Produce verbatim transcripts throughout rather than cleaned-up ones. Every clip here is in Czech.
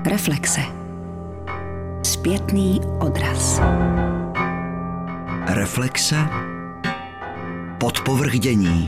Reflexe. Zpětný odraz. Reflexe. Podpovrchdění.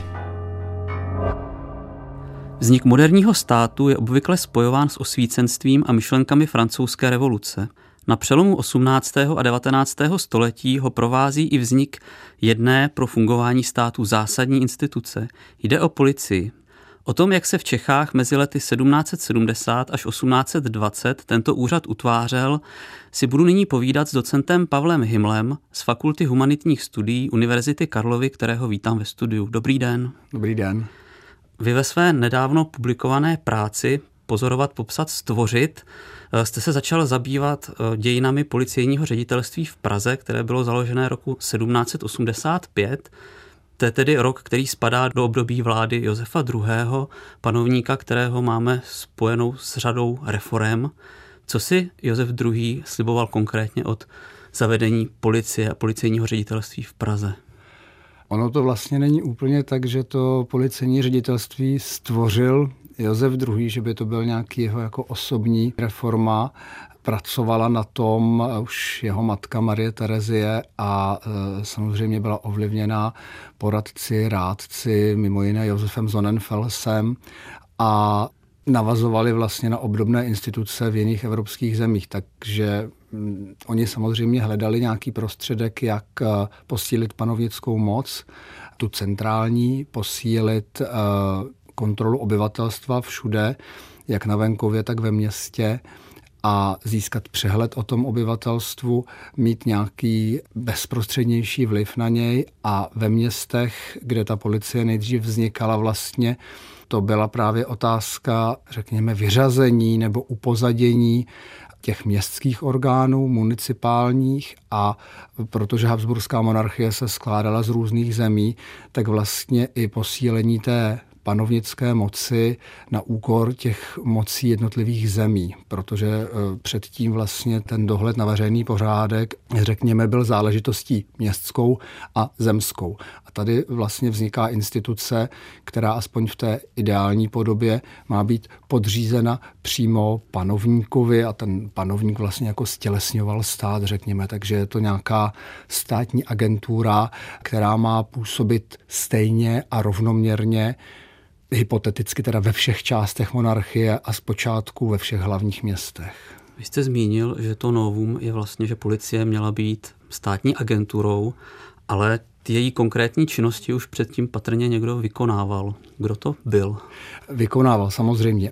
Vznik moderního státu je obvykle spojován s osvícenstvím a myšlenkami francouzské revoluce. Na přelomu osmnáctého a devatenáctého století ho provází i vznik jedné pro fungování státu zásadní instituce. Jde o policii. O tom, jak se v Čechách mezi lety sedmnáct set sedmdesát až osmnáct set dvacet tento úřad utvářel, si budu nyní povídat s docentem Pavlem Himlem z Fakulty humanitních studií Univerzity Karlovy, kterého vítám ve studiu. Dobrý den. Dobrý den. Vy ve své nedávno publikované práci Pozorovat, popsat, stvořit jste se začal zabývat dějinami policejního ředitelství v Praze, které bylo založené roku sedmnáct set osmdesát pět. To je tedy rok, který spadá do období vlády Josefa druhého., panovníka, kterého máme spojenou s řadou reforem. Co si Josef druhý. sliboval konkrétně od zavedení policie a policejního ředitelství v Praze? Ono to vlastně není úplně tak, že to policejní ředitelství stvořil Josef druhý., že by to byl nějaký jeho jako osobní reforma. Pracovala na tom už jeho matka Marie Terezie a e, samozřejmě byla ovlivněna poradci, rádci, mimo jiné Josefem Sonnenfelsem a navazovali vlastně na obdobné instituce v jiných evropských zemích, takže m, oni samozřejmě hledali nějaký prostředek, jak e, posílit panovnickou moc, tu centrální, posílit e, kontrolu obyvatelstva všude, jak na venkově, tak ve městě, a získat přehled o tom obyvatelstvu, mít nějaký bezprostřednější vliv na něj. A ve městech, kde ta policie nejdřív vznikala vlastně, to byla právě otázka, řekněme, vyřazení nebo upozadění těch městských orgánů, municipálních, a protože habsburská monarchie se skládala z různých zemí, tak vlastně i posílení té panovnické moci na úkor těch mocí jednotlivých zemí, protože předtím vlastně ten dohled na veřejný pořádek, řekněme, byl záležitostí městskou a zemskou. A tady vlastně vzniká instituce, která aspoň v té ideální podobě má být podřízena přímo panovníkovi a ten panovník vlastně jako stělesňoval stát, řekněme, takže je to nějaká státní agentura, která má působit stejně a rovnoměrně, hypoteticky teda ve všech částech monarchie a zpočátku ve všech hlavních městech. Vy jste zmínil, že to novum je vlastně, že policie měla být státní agenturou, ale ty její konkrétní činnosti už předtím patrně někdo vykonával. Kdo to byl? Vykonával samozřejmě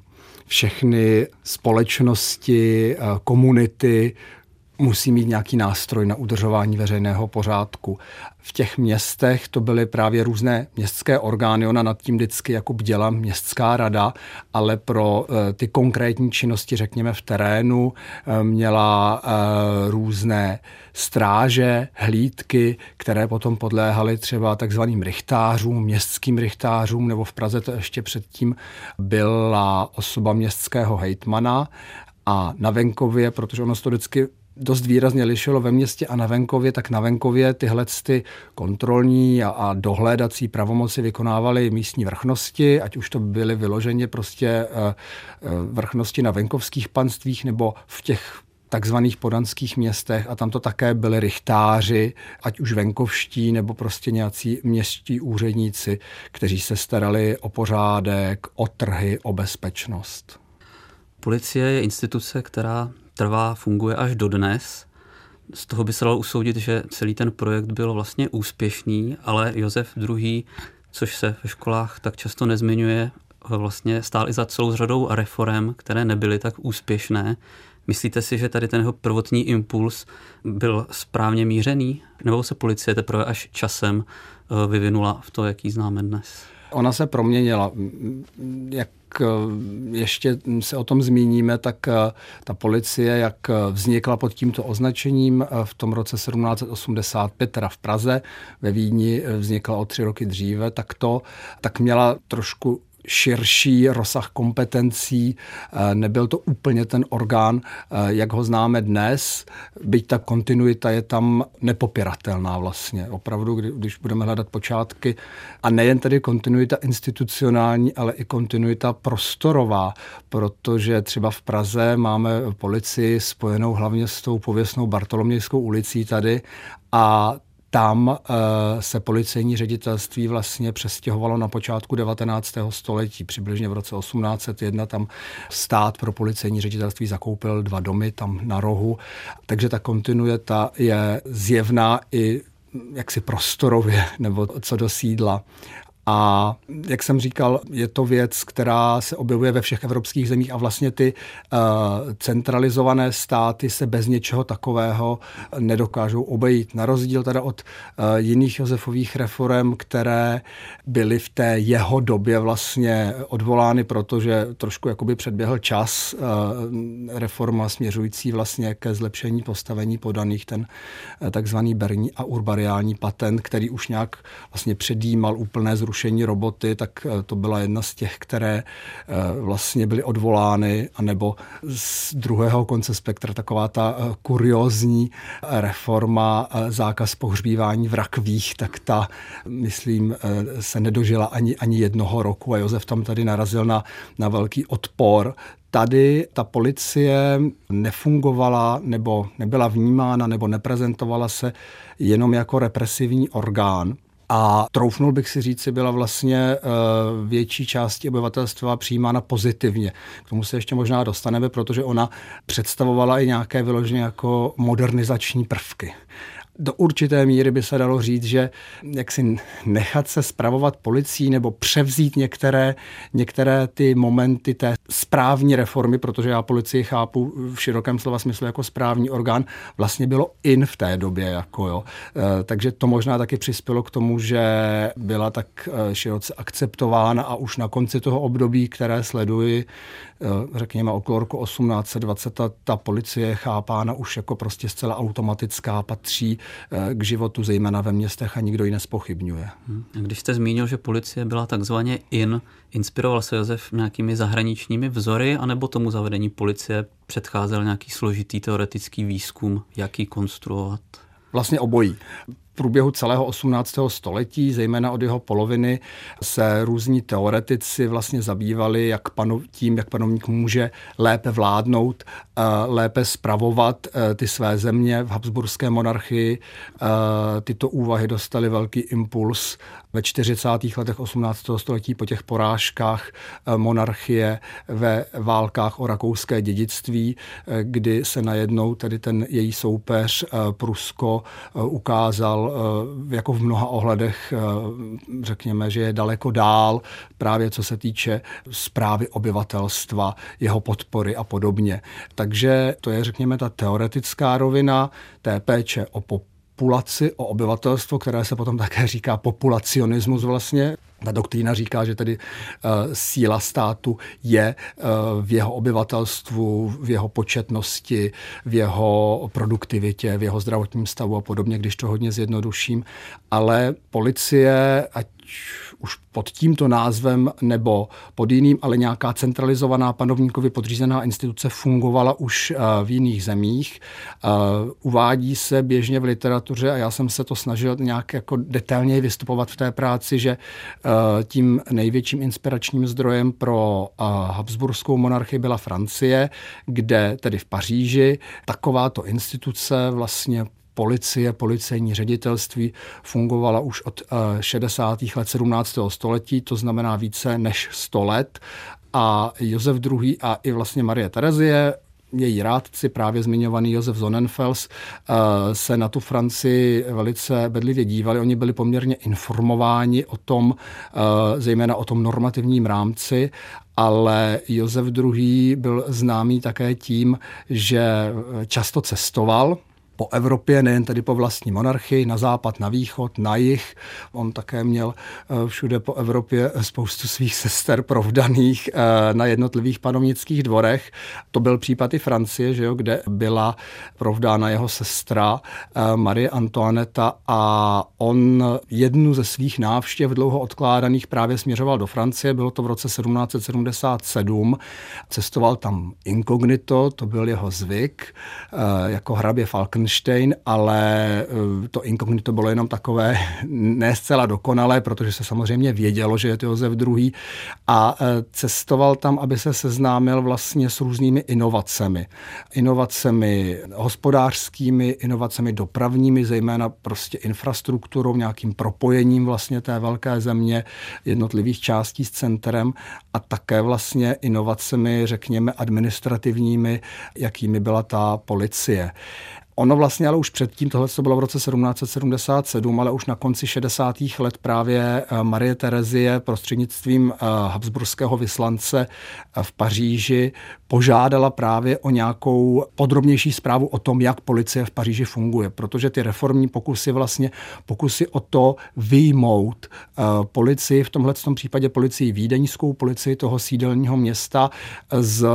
všechny společnosti, komunity, musí mít nějaký nástroj na udržování veřejného pořádku. V těch městech to byly právě různé městské orgány, ona nad tím vždycky jako bděla městská rada, ale pro e, ty konkrétní činnosti, řekněme v terénu, e, měla e, různé stráže, hlídky, které potom podléhaly třeba takzvaným rychtářům, městským rychtářům, nebo v Praze to ještě předtím byla osoba městského hejtmana. A na venkově, protože ono se to vždycky dost výrazně lišilo ve městě a na venkově, tak na venkově tyhle ty kontrolní a, a dohlédací pravomoci vykonávaly místní vrchnosti, ať už to byly vyloženě prostě e, e, vrchnosti na venkovských panstvích nebo v těch takzvaných podanských městech, a tam to také byli rychtáři, ať už venkovští nebo prostě nějací městští úředníci, kteří se starali o pořádek, o trhy, o bezpečnost. Policie je instituce, která trvá, funguje až dodnes. Z toho by se dalo usoudit, že celý ten projekt byl vlastně úspěšný, ale Josef druhý., což se ve školách tak často nezmiňuje, vlastně stál i za celou řadou reforem, které nebyly tak úspěšné. Myslíte si, že tady ten jeho prvotní impuls byl správně mířený? Nebo se policie teprve až časem vyvinula v to, jaký známe dnes? Ona se proměnila. Jak ještě se o tom zmíníme, tak ta policie, jak vznikla pod tímto označením v tom roce sedmnáct set osmdesát pět, teda v Praze, ve Vídni vznikla o tři roky dříve, tak to tak měla trošku širší rozsah kompetencí, nebyl to úplně ten orgán, jak ho známe dnes, byť ta kontinuita je tam nepopiratelná vlastně. Opravdu, když budeme hledat počátky, a nejen tedy kontinuita institucionální, ale i kontinuita prostorová, protože třeba v Praze máme policii spojenou hlavně s tou pověstnou Bartolomějskou ulicí tady a tam se policejní ředitelství vlastně přestěhovalo na počátku devatenáctého století. Přibližně v roce osmnáct set jedna tam stát pro policejní ředitelství zakoupil dva domy tam na rohu. Takže ta kontinuita je zjevná i jaksi prostorově nebo co do sídla. A jak jsem říkal, je to věc, která se objevuje ve všech evropských zemích a vlastně ty uh, centralizované státy se bez něčeho takového nedokážou obejít. Na rozdíl teda od uh, jiných Josefových reforem, které byly v té jeho době vlastně odvolány, protože trošku jakoby předběhl čas, uh, reforma směřující vlastně ke zlepšení postavení podaných, ten uh, takzvaný Berní a urbariální patent, který už nějak vlastně předjímal úplné zrušení roboty, tak to byla jedna z těch, které vlastně byly odvolány, anebo z druhého konce spektra taková ta kuriózní reforma, zákaz pohřbívání v rakvích, tak ta, myslím, se nedožila ani, ani jednoho roku a Josef tam tady narazil na, na velký odpor. Tady ta policie nefungovala nebo nebyla vnímána nebo neprezentovala se jenom jako represivní orgán. A troufnul bych si říci, byla vlastně větší části obyvatelstva přijímána pozitivně. K tomu se ještě možná dostaneme, protože ona představovala i nějaké vyloženě jako modernizační prvky. Do určité míry by se dalo říct, že jak si nechat se spravovat policií nebo převzít některé, některé ty momenty té správní reformy, protože já policii chápu v širokém slova smyslu jako správní orgán, vlastně bylo in v té době. Jako jo. E, takže to možná taky přispělo k tomu, že byla tak široce akceptována a už na konci toho období, které sleduji, řekněme okolo roku osmnáct set dvacet, ta, ta policie je chápána už jako prostě zcela automatická, patří k životu, zejména ve městech a nikdo ji nezpochybňuje. Když jste zmínil, že policie byla takzvaně in, inspiroval se Josef nějakými zahraničními vzory, anebo tomu zavedení policie předcházel nějaký složitý teoretický výzkum, jak ji konstruovat? Vlastně obojí. V průběhu celého osmnáctého století, zejména od jeho poloviny, se různí teoretici vlastně zabývali jak panov, tím, jak panovník může lépe vládnout, lépe spravovat ty své země v habsburské monarchii. Tyto úvahy dostaly velký impuls ve čtyřicátých letech osmnáctého století po těch porážkách monarchie ve válkách o rakouské dědictví, kdy se najednou tedy ten její soupeř Prusko ukázal jako v mnoha ohledech, řekněme, že je daleko dál právě co se týče správy obyvatelstva, jeho podpory a podobně. Takže to je, řekněme, ta teoretická rovina té péče o populaci, o obyvatelstvo, které se potom také říká populacionismus vlastně. Ta doktrína říká, že tedy uh, síla státu je uh, v jeho obyvatelstvu, v jeho početnosti, v jeho produktivitě, v jeho zdravotním stavu a podobně, když to hodně zjednoduším. Ale policie, ať už pod tímto názvem nebo pod jiným, ale nějaká centralizovaná panovníkovi podřízená instituce fungovala už uh, v jiných zemích. Uh, uvádí se běžně v literatuře, a já jsem se to snažil nějak jako detailněji vystupovat v té práci, že tím největším inspiračním zdrojem pro habsburskou monarchii byla Francie, kde tedy v Paříži takováto instituce vlastně policie, policejní ředitelství fungovala už od šedesátých let sedmnáctého století, to znamená více než sto let. A Josef druhý. A i vlastně Marie Terezie, její rádci, právě zmiňovaný Josef Sonnenfels, se na tu Francii velice bedlivě dívali. Oni byli poměrně informováni o tom, zejména o tom normativním rámci, ale Josef druhý. Byl známý také tím, že často cestoval, po Evropě, nejen tedy po vlastní monarchii, na západ, na východ, na jih. On také měl všude po Evropě spoustu svých sester provdaných na jednotlivých panovnických dvorech. To byl případ i Francie, že jo, kde byla provdána jeho sestra Marie Antoineta a on jednu ze svých návštěv dlouho odkládaných právě směřoval do Francie. Bylo to v roce sedmnáct set sedmdesát sedm. Cestoval tam inkognito, to byl jeho zvyk, jako hrabě Falkenstein, ale to inkognito bylo jenom takové ne zcela dokonalé, protože se samozřejmě vědělo, že je to Josef druhý. A cestoval tam, aby se seznámil vlastně s různými inovacemi. Inovacemi hospodářskými, inovacemi dopravními, zejména prostě infrastrukturou, nějakým propojením vlastně té velké země, jednotlivých částí s centrem a také vlastně inovacemi, řekněme, administrativními, jakými byla ta policie. Ono vlastně ale už předtím, tohle to bylo v roce sedmnáct set sedmdesát sedm, ale už na konci šedesátých let právě Marie Terezie prostřednictvím habsburského vyslance v Paříži požádala právě o nějakou podrobnější zprávu o tom, jak policie v Paříži funguje, protože ty reformní pokusy vlastně pokusy o to vyjmout policii, v tomhletom případě policii vídeňskou, policii toho sídelního města z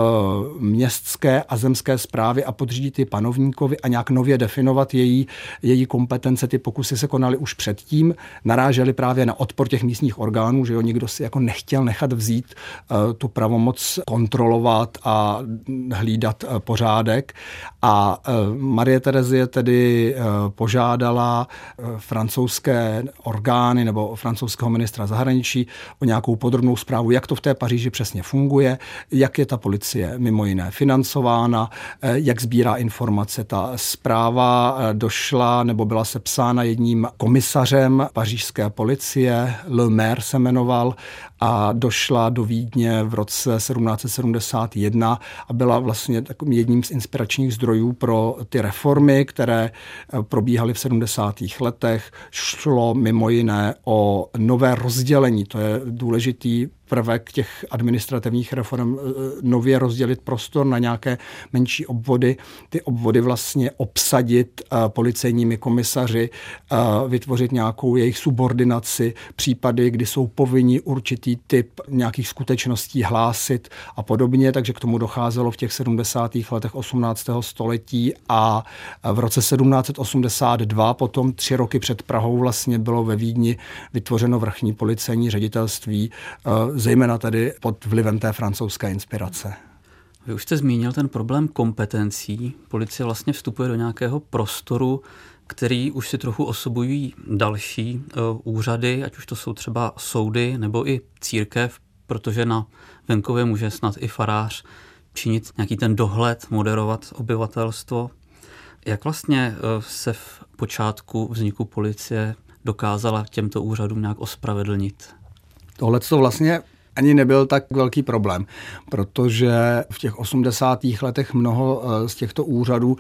městské a zemské správy a podřídit ji panovníkovi a nějak nově definovat její, její kompetence. Ty pokusy se konaly už předtím, narážely právě na odpor těch místních orgánů, že jo, nikdo si jako nechtěl nechat vzít uh, tu pravomoc kontrolovat a hlídat uh, pořádek. A uh, Marie Terezie tedy uh, požádala uh, francouzské orgány nebo francouzského ministra zahraničí o nějakou podrobnou zprávu, jak to v té Paříži přesně funguje, jak je ta policie mimo jiné financována, uh, jak sbírá informace. Ta zpráva došla nebo byla sepsána jedním komisařem pařížské policie, Le Maire se jmenoval, a došla do Vídně v roce sedmnáct set sedmdesát jedna a byla vlastně takovým jedním z inspiračních zdrojů pro ty reformy, které probíhaly v sedmdesátých letech. Šlo mimo jiné o nové rozdělení, to je důležitý prvek těch administrativních reform, nově rozdělit prostor na nějaké menší obvody, ty obvody vlastně obsadit policejními komisaři, vytvořit nějakou jejich subordinaci, případy, kdy jsou povinni určitý typ nějakých skutečností hlásit a podobně, takže k tomu docházelo v těch sedmdesátých letech osmnáctého století a v roce sedmnáct set osmdesát dva, potom tři roky před Prahou, vlastně bylo ve Vídni vytvořeno vrchní policejní ředitelství, zejména tady pod vlivem té francouzské inspirace. Vy už jste zmínil ten problém kompetencí. Policie vlastně vstupuje do nějakého prostoru, který už si trochu osobují další uh, úřady, ať už to jsou třeba soudy nebo i církev, protože na venkově může snad i farář činit nějaký ten dohled, moderovat obyvatelstvo. Jak vlastně uh, se v počátku vzniku policie dokázala těmto úřadům nějak ospravedlnit? Tohle to vlastně ani nebyl tak velký problém, protože v těch osmdesátých letech mnoho z těchto úřadů,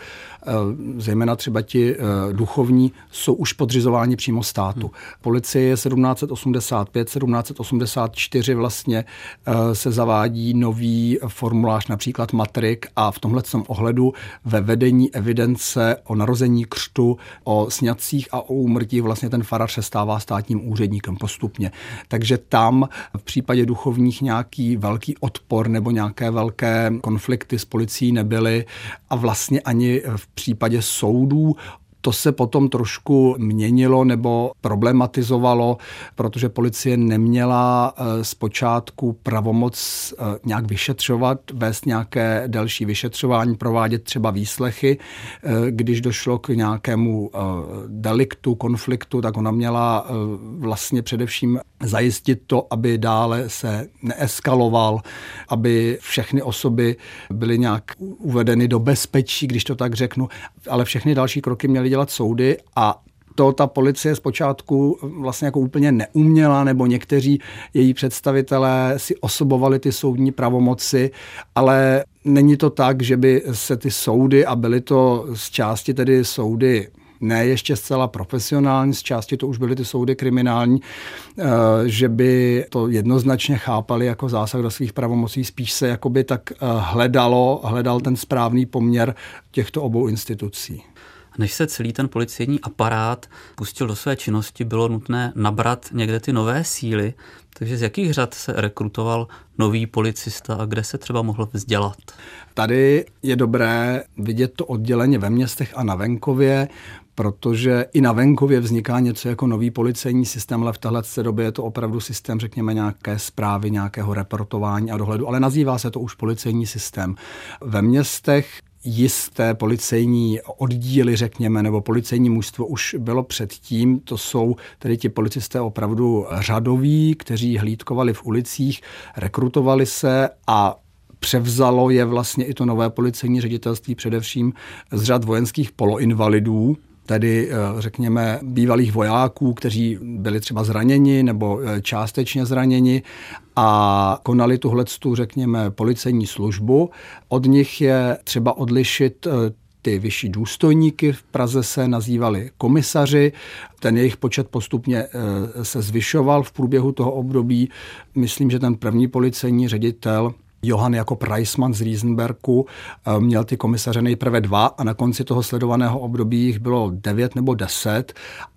zejména třeba ti duchovní, jsou už podřizováni přímo státu. Hmm. Policie je sedmnáct set osmdesát pět, sedmnáct set osmdesát čtyři vlastně se zavádí nový formulář, například matrik, a v tomhletom ohledu ve vedení evidence o narození, křtu, o sňatcích a o úmrtí vlastně ten farář se stává státním úředníkem postupně. Takže tam v případě duchovních nějaký velký odpor nebo nějaké velké konflikty s policií nebyly a vlastně ani v případě soudů. To se potom trošku měnilo nebo problematizovalo, protože policie neměla zpočátku pravomoc nějak vyšetřovat, vést nějaké další vyšetřování, provádět třeba výslechy. Když došlo k nějakému deliktu, konfliktu, tak ona měla vlastně především zajistit to, aby dále se neeskaloval, aby všechny osoby byly nějak uvedeny do bezpečí, když to tak řeknu, ale všechny další kroky měly dělat soudy a to ta policie zpočátku vlastně jako úplně neuměla, nebo někteří její představitelé si osobovali ty soudní pravomoci, ale není to tak, že by se ty soudy, a byly to z části tedy soudy ne ještě zcela profesionální, z části to už byly ty soudy kriminální, že by to jednoznačně chápali jako zásah do svých pravomocí, spíš se jakoby tak hledalo, hledal ten správný poměr těchto obou institucí. Než se celý ten policejní aparát pustil do své činnosti, bylo nutné nabrat někde ty nové síly, takže z jakých řad se rekrutoval nový policista a kde se třeba mohl vzdělat? Tady je dobré vidět to odděleně ve městech a na venkově, protože i na venkově vzniká něco jako nový policejní systém, ale v téhle době je to opravdu systém, řekněme, nějaké správy, nějakého reportování a dohledu, ale nazývá se to už policejní systém. Ve městech jisté policejní oddíly, řekněme, nebo policejní mužstvo už bylo předtím. To jsou tedy ti policisté opravdu řadoví, kteří hlídkovali v ulicích, rekrutovali se a převzalo je vlastně i to nové policejní ředitelství především z řad vojenských poloinvalidů, tedy řekněme bývalých vojáků, kteří byli třeba zraněni nebo částečně zraněni a konali tuhletu, řekněme, policejní službu. Od nich je třeba odlišit ty vyšší důstojníky, v Praze se nazývali komisaři, ten jejich počet postupně se zvyšoval v průběhu toho období. Myslím, že ten první policejní ředitel Johann Jakob Reisman z Riesenbergu měl ty komisaře nejprve dva a na konci toho sledovaného období jich bylo devět nebo deset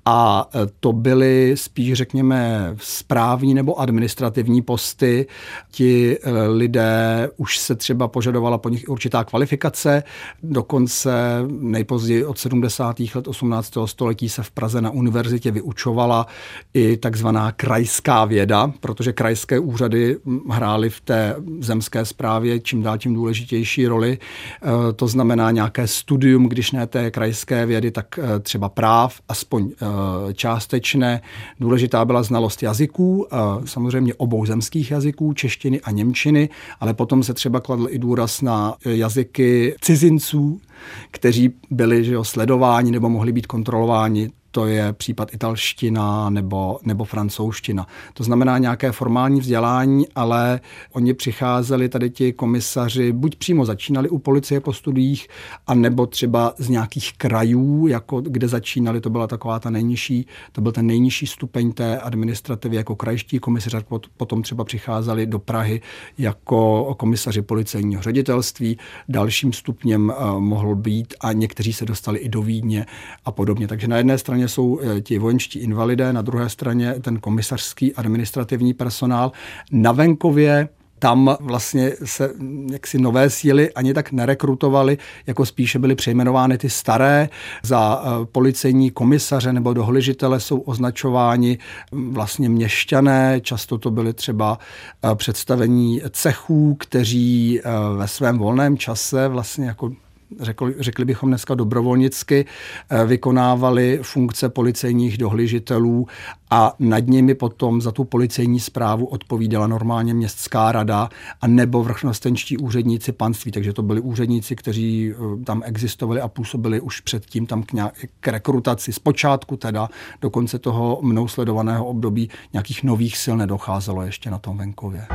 a to byly spíš, řekněme, správní nebo administrativní posty. Ti lidé už se třeba požadovala po nich určitá kvalifikace, dokonce nejpozději od sedmdesátých let osmnáctého století se v Praze na univerzitě vyučovala i takzvaná krajská věda, protože krajské úřady hrály v té zemské správě čím dál tím důležitější roli. To znamená nějaké studium, když ne té krajské vědy, tak třeba práv, aspoň částečné. Důležitá byla znalost jazyků, samozřejmě obou zemských jazyků, češtiny a němčiny, ale potom se třeba kladl i důraz na jazyky cizinců, kteří byli, že jo, sledováni nebo mohli být kontrolováni. To je případ italština nebo, nebo francouzština. To znamená nějaké formální vzdělání, ale oni přicházeli, tady ti komisaři, buď přímo začínali u policie po studiích, anebo třeba z nějakých krajů, jako kde začínali, to byla taková ta nejnižší, to byl ten nejnižší stupeň té administrativy jako krajští komisaři, potom třeba přicházeli do Prahy jako komisaři policejního ředitelství, dalším stupněm mohl být a někteří se dostali i do Vídně a podobně. Takže na jedné straně jsou ti vojenští invalidé, na druhé straně ten komisařský administrativní personál. Na venkově tam vlastně se jaksi nové síly ani tak nerekrutovaly, jako spíše byly přejmenovány ty staré. Za policejní komisaře nebo dohlížitele jsou označováni vlastně měšťané, často to byly třeba představení cechů, kteří ve svém volném čase vlastně jako Řekli, řekli bychom dneska dobrovolnicky, vykonávali funkce policejních dohlížitelů a nad nimi potom za tu policejní správu odpovídala normálně městská rada a nebo vrchnostenští úředníci panství. Takže to byli úředníci, kteří tam existovali a působili už předtím tam k, nějak, k rekrutaci. Zpočátku teda do konce toho mnou sledovaného období nějakých nových sil nedocházelo ještě na tom venkově.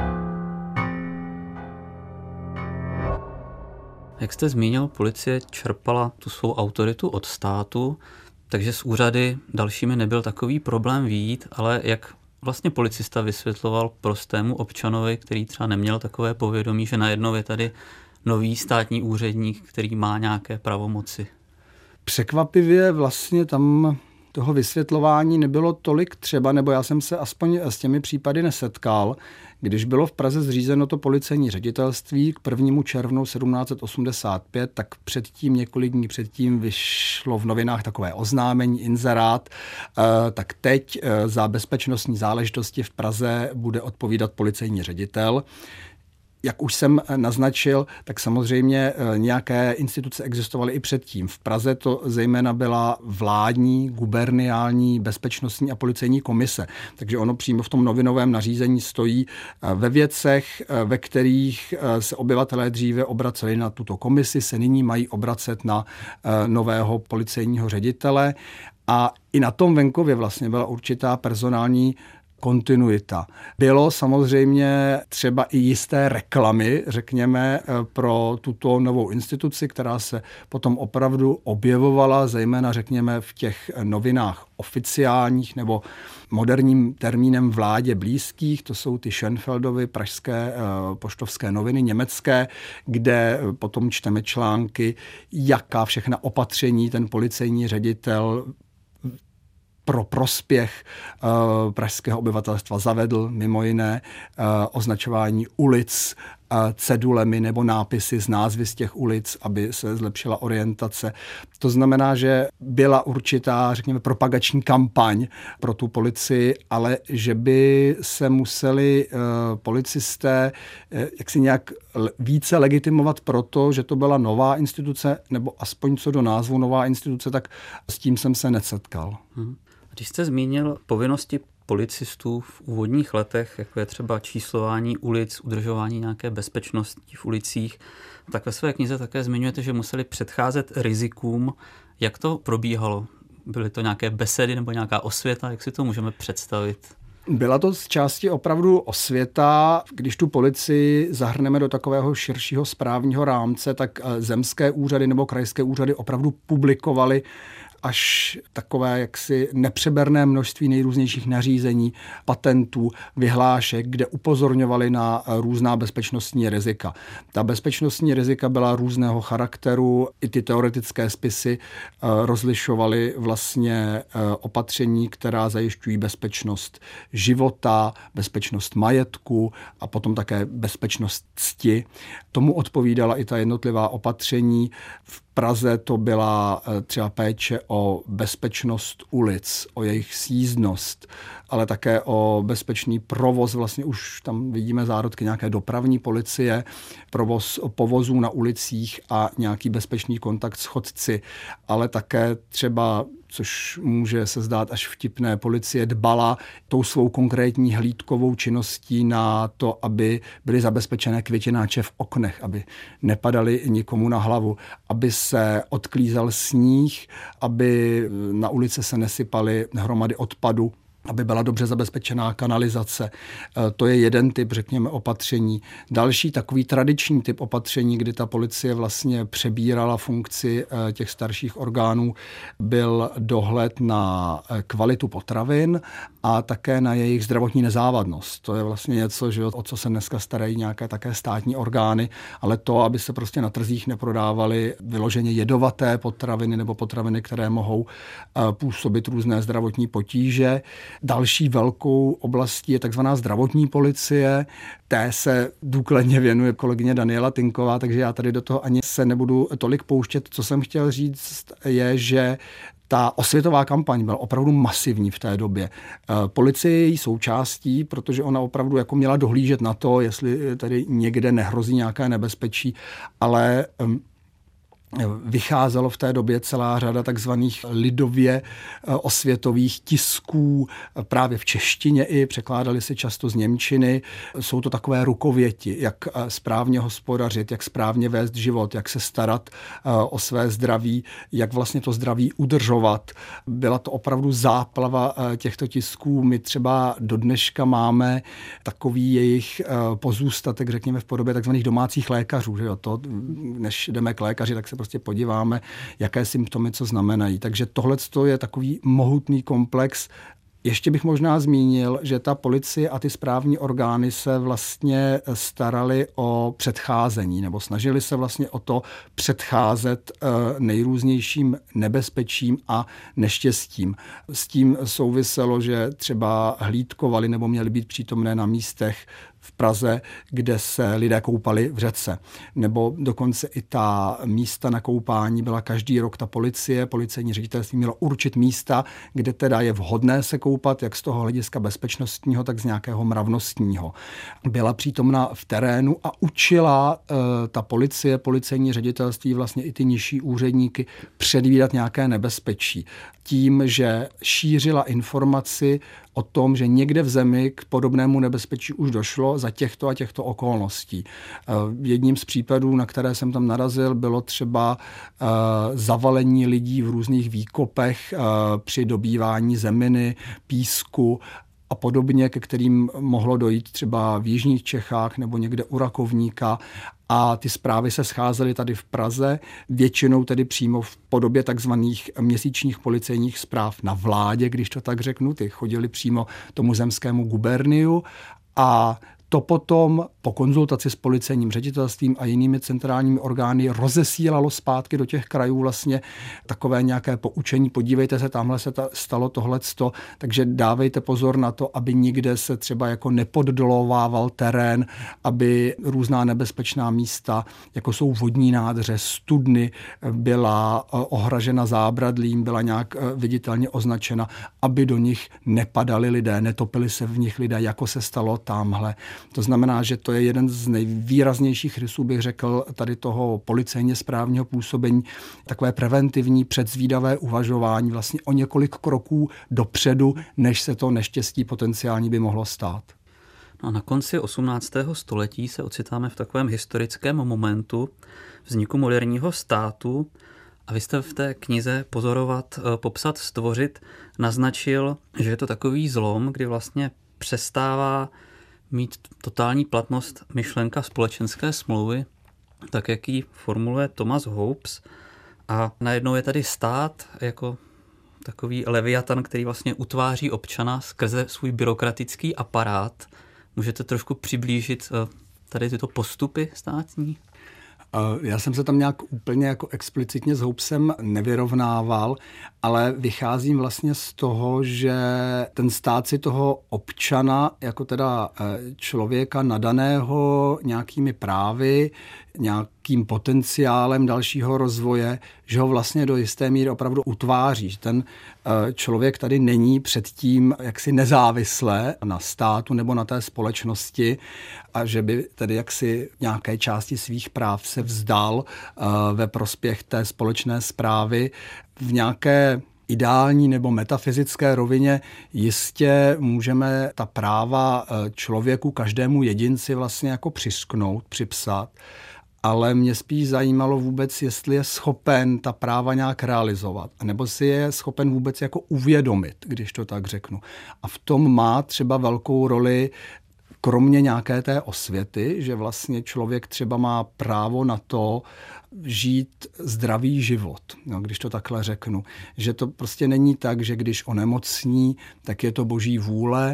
Jak jste zmínil, policie čerpala tu svou autoritu od státu, takže s úřady dalšími nebyl takový problém vyjít, ale jak vlastně policista vysvětloval prostému občanovi, který třeba neměl takové povědomí, že najednou je tady nový státní úředník, který má nějaké pravomoci? Překvapivě vlastně tam toho vysvětlování nebylo tolik třeba, nebo já jsem se aspoň s těmi případy nesetkal. Když bylo v Praze zřízeno to policejní ředitelství k prvnímu červnu sedmnáct osmdesát pět, tak předtím, několik dní předtím vyšlo v novinách takové oznámení, inzerát, tak teď za bezpečnostní záležitosti v Praze bude odpovídat policejní ředitel. Jak už jsem naznačil, tak samozřejmě nějaké instituce existovaly i předtím. V Praze to zejména byla vládní, guberniální, bezpečnostní a policejní komise. Takže ono přímo v tom novinovém nařízení stojí ve věcech, ve kterých se obyvatelé dříve obraceli na tuto komisi, se nyní mají obracet na nového policejního ředitele. A i na tom venkově vlastně byla určitá personální kontinuita. Bylo samozřejmě třeba i jisté reklamy, řekněme, pro tuto novou instituci, která se potom opravdu objevovala, zejména řekněme v těch novinách oficiálních nebo moderním termínem vládě blízkých, to jsou ty Schönfeldovy pražské poštovské noviny německé, kde potom čteme články, jaká všechna opatření ten policejní ředitel pro prospěch uh, pražského obyvatelstva zavedl, mimo jiné uh, označování ulic uh, cedulemi nebo nápisy z názvy z těch ulic, aby se zlepšila orientace. To znamená, že byla určitá, řekněme, propagační kampaň pro tu policii, ale že by se museli uh, policisté uh, jaksi nějak více legitimovat proto, že to byla nová instituce, nebo aspoň co do názvu nová instituce, tak s tím jsem se nesetkal. Hmm. Když jste zmínil povinnosti policistů v úvodních letech, jako je třeba číslování ulic, udržování nějaké bezpečnosti v ulicích, tak ve své knize také zmiňujete, že museli předcházet rizikům. Jak to probíhalo? Byly to nějaké besedy nebo nějaká osvěta? Jak si to můžeme představit? Byla to z části opravdu osvěta. Když tu policii zahrneme do takového širšího správního rámce, tak zemské úřady nebo krajské úřady opravdu publikovaly až takové jaksi nepřeberné množství nejrůznějších nařízení, patentů, vyhlášek, kde upozorňovali na různá bezpečnostní rizika. Ta bezpečnostní rizika byla různého charakteru, i ty teoretické spisy rozlišovaly vlastně opatření, která zajišťují bezpečnost života, bezpečnost majetku a potom také bezpečnost cti. Tomu odpovídala i ta jednotlivá opatření. V Praze to byla třeba péče o bezpečnost ulic, o jejich sjízdnost, ale také o bezpečný provoz. Vlastně už tam vidíme zárodky nějaké dopravní policie, provoz povozů na ulicích a nějaký bezpečný kontakt s chodci, ale také třeba, což může se zdát až vtipné, policie dbala tou svou konkrétní hlídkovou činností na to, aby byly zabezpečené květináče v oknech, aby nepadaly nikomu na hlavu, aby se odklízel sníh, aby na ulici se nesypaly hromady odpadu, aby byla dobře zabezpečená kanalizace. To je jeden typ, řekněme, opatření. Další takový tradiční typ opatření, kdy ta policie vlastně přebírala funkci těch starších orgánů, byl dohled na kvalitu potravin a také na jejich zdravotní nezávadnost. To je vlastně něco, že o co se dneska starají nějaké také státní orgány, ale to, aby se prostě na trzích neprodávaly vyloženě jedovaté potraviny nebo potraviny, které mohou působit různé zdravotní potíže. Další velkou oblastí je takzvaná zdravotní policie. Té se důkladně věnuje kolegyně Daniela Tinková, takže já tady do toho ani se nebudu tolik pouštět. Co jsem chtěl říct je, že ta osvětová kampaň byla opravdu masivní v té době. Policie je její součástí, protože ona opravdu jako měla dohlížet na to, jestli tady někde nehrozí nějaké nebezpečí, ale vycházelo v té době celá řada takzvaných lidově osvětových tisků, právě v češtině i, překládali se často z němčiny. Jsou to takové rukověti, jak správně hospodařit, jak správně vést život, jak se starat o své zdraví, jak vlastně to zdraví udržovat. Byla to opravdu záplava těchto tisků. My třeba do dneška máme takový jejich pozůstatek, řekněme v podobě takzvaných domácích lékařů. Že jo? To, než jdeme k lékaři, tak se prostě podíváme, jaké symptomy co znamenají. Takže tohle je takový mohutný komplex. Ještě bych možná zmínil, že ta policie a ty správní orgány se vlastně starali o předcházení, nebo snažili se vlastně o to předcházet nejrůznějším nebezpečím a neštěstím. S tím souviselo, že třeba hlídkovali nebo měli být přítomné na místech v Praze, kde se lidé koupali v řece. Nebo dokonce i ta místa na koupání byla každý rok ta policie, policejní ředitelství mělo určit místa, kde teda je vhodné se koupat, jak z toho hlediska bezpečnostního, tak z nějakého mravnostního. Byla přítomna v terénu a učila e, ta policie, policejní ředitelství, vlastně i ty nižší úředníky předvídat nějaké nebezpečí. Tím, že šířila informaci o tom, že někde v zemi k podobnému nebezpečí už došlo za těchto a těchto okolností. Jedním z případů, na které jsem tam narazil, bylo třeba zavalení lidí v různých výkopech při dobývání zeminy, písku, a podobně, ke kterým mohlo dojít třeba v jižních Čechách nebo někde u Rakovníka. A ty zprávy se scházely tady v Praze, většinou tedy přímo v podobě takzvaných měsíčních policejních zpráv na vládě, když to tak řeknu, ty chodili přímo tomu zemskému guberniu a to potom po konzultaci s policejním ředitelstvím a jinými centrálními orgány rozesílalo zpátky do těch krajů vlastně takové nějaké poučení. Podívejte se, tamhle se ta, stalo tohleto, takže dávejte pozor na to, aby nikde se třeba jako nepoddolovával terén, aby různá nebezpečná místa, jako jsou vodní nádrže, studny, byla ohražena zábradlím, byla nějak viditelně označena, aby do nich nepadali lidé, netopili se v nich lidé, jako se stalo tamhle. To znamená, že to je jeden z nejvýraznějších rysů, bych řekl, tady toho policejně správního působení, takové preventivní, předzvídavé uvažování vlastně o několik kroků dopředu, než se to neštěstí potenciální by mohlo stát. No a na konci osmnáctého století se ocitáme v takovém historickém momentu vzniku moderního státu a vy jste v té knize Pozorovat, popsat, stvořit naznačil, že je to takový zlom, kdy vlastně přestává mít totální platnost myšlenka společenské smlouvy, tak jak ji formuluje Thomas Hobbes. A najednou je tady stát jako takový leviatan, který vlastně utváří občana skrze svůj byrokratický aparát. Můžete trošku přiblížit tady tyto postupy státní? Já jsem se tam nějak úplně jako explicitně s Hobbesem nevyrovnával, ale vycházím vlastně z toho, že ten stát si toho občana jako teda člověka nadaného nějakými právy, nějakým potenciálem dalšího rozvoje, že ho vlastně do jisté míry opravdu utváří. Ten člověk tady není předtím jaksi nezávisle na státu nebo na té společnosti a že by tedy jaksi nějaké části svých práv se vzdal ve prospěch té společné správy v nějaké ideální nebo metafyzické rovině jistě můžeme ta práva člověku, každému jedinci vlastně jako přisknout, připsat, ale mě spíš zajímalo vůbec, jestli je schopen ta práva nějak realizovat, nebo si je schopen vůbec jako uvědomit, když to tak řeknu. A v tom má třeba velkou roli kromě nějaké té osvěty, že vlastně člověk třeba má právo na to žít zdravý život, no, když to takhle řeknu. Že to prostě není tak, že když onemocní, tak je to boží vůle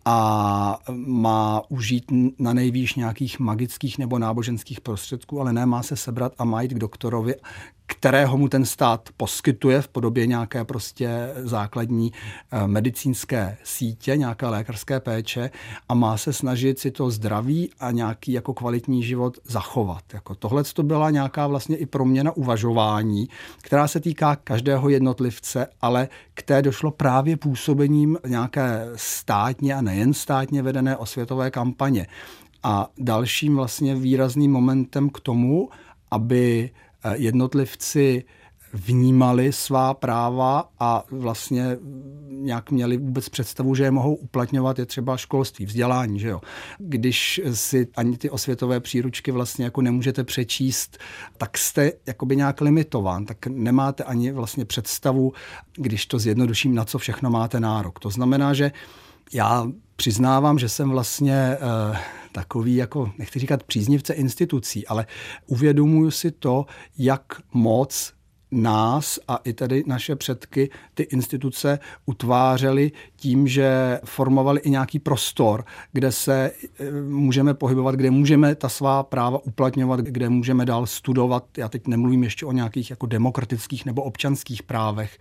a má užít na nejvýš nějakých magických nebo náboženských prostředků, ale ne, má se sebrat a má jít k doktorovi, kterého mu ten stát poskytuje v podobě nějaké prostě základní medicínské sítě, nějaké lékařské péče a má se snažit si to zdraví a nějaký jako kvalitní život zachovat. Jako tohle to byla nějaká vlastně i proměna uvažování, která se týká každého jednotlivce, ale k té došlo právě působením nějaké státně a nejen státně vedené osvětové kampaně. A dalším vlastně výrazným momentem k tomu, aby jednotlivci vnímali svá práva a vlastně nějak měli vůbec představu, že je mohou uplatňovat, je třeba školství, vzdělání, že jo. Když si ani ty osvětové příručky vlastně jako nemůžete přečíst, tak jste jakoby nějak limitován, tak nemáte ani vlastně představu, když to zjednoduším, na co všechno máte nárok. To znamená, že já přiznávám, že jsem vlastně eh, takový, jako nechci říkat příznivce institucí, ale uvědomuji si to, jak moc nás a i tady naše předky ty instituce utvářely tím, že formovali i nějaký prostor, kde se můžeme pohybovat, kde můžeme ta svá práva uplatňovat, kde můžeme dál studovat. Já teď nemluvím ještě o nějakých jako demokratických nebo občanských právech.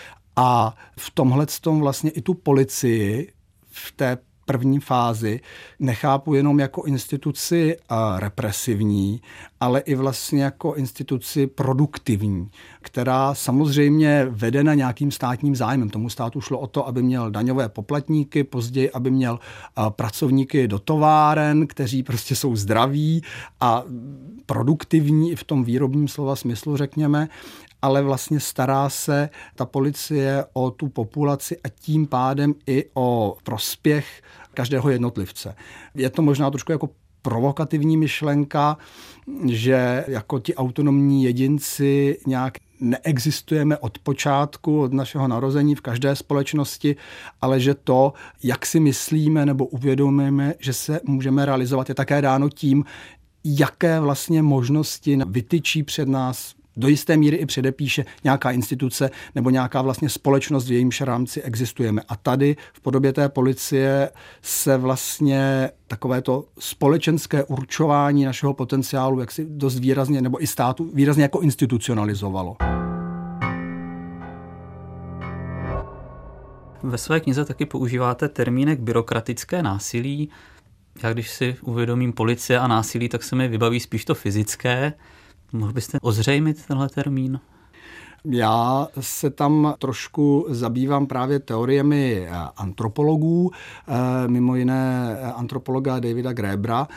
A v tomhletom vlastně i tu policii v té první fázi nechápu jenom jako instituci represivní, ale i vlastně jako instituci produktivní, která samozřejmě vedena nějakým státním zájmem. Tomu státu šlo o to, aby měl daňové poplatníky, později, aby měl pracovníky do továren, kteří prostě jsou zdraví a produktivní i v tom výrobním slova smyslu, řekněme, ale vlastně stará se ta policie o tu populaci a tím pádem i o prospěch každého jednotlivce. Je to možná trošku jako provokativní myšlenka, že jako ti autonomní jedinci nějak neexistujeme od počátku, od našeho narození v každé společnosti, ale že to, jak si myslíme nebo uvědomujeme, že se můžeme realizovat, je také dáno tím, jaké vlastně možnosti vytyčí před nás, do jisté míry i předepíše nějaká instituce nebo nějaká vlastně společnost, v jejímž rámci existujeme. A tady v podobě té policie se vlastně takovéto společenské určování našeho potenciálu jaksi dost výrazně, nebo i státu výrazně jako institucionalizovalo. Ve své knize taky používáte termínek byrokratické násilí. Já když si uvědomím policie a násilí, tak se mi vybaví spíš to fyzické. Mohl byste ozřejmit tenhle termín? Já se tam trošku zabývám právě teoriemi antropologů, mimo jiné antropologa Davida Grebera,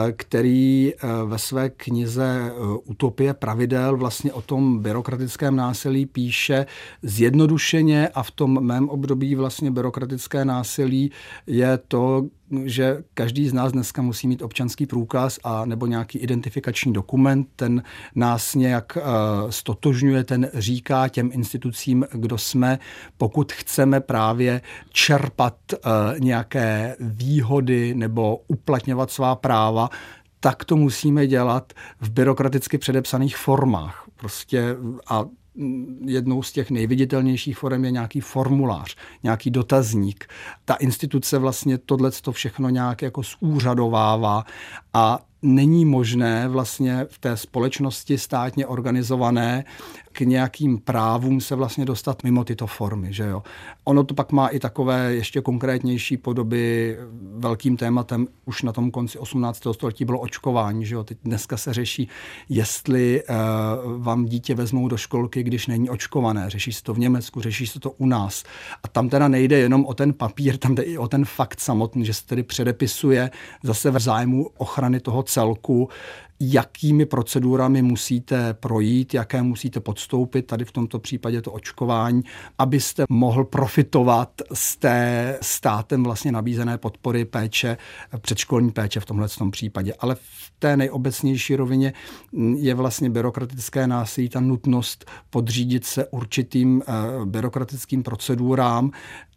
který ve své knize Utopie pravidel vlastně o tom byrokratickém násilí píše zjednodušeně a v tom mém období vlastně byrokratické násilí je to, že každý z nás dneska musí mít občanský průkaz a nebo nějaký identifikační dokument, ten nás nějak uh, stotožňuje, ten říká těm institucím, kdo jsme, pokud chceme právě čerpat uh, nějaké výhody nebo uplatňovat svá práva, tak to musíme dělat v byrokraticky předepsaných formách. Prostě a jednou z těch nejviditelnějších forem je nějaký formulář, nějaký dotazník. Ta instituce vlastně tohleto všechno nějak jako zúřadovává a není možné vlastně v té společnosti státně organizované k nějakým právům se vlastně dostat mimo tyto formy. Že jo? Ono to pak má i takové ještě konkrétnější podoby. Velkým tématem už na tom konci osmnáctého století bylo očkování. Že jo? Teď dneska se řeší, jestli uh, vám dítě vezmou do školky, když není očkované. Řeší se to v Německu, řeší se to u nás. A tam teda nejde jenom o ten papír, tam jde i o ten fakt samotný, že se tedy předepisuje zase v zájmu ochrany toho celku, jakými procedurami musíte projít, jaké musíte podstoupit, tady v tomto případě to očkování, abyste mohl profitovat z té státem vlastně nabízené podpory péče, předškolní péče v tomhle případě. Ale v té nejobecnější rovině je vlastně byrokratické násilí, ta nutnost podřídit se určitým uh, byrokratickým procedurám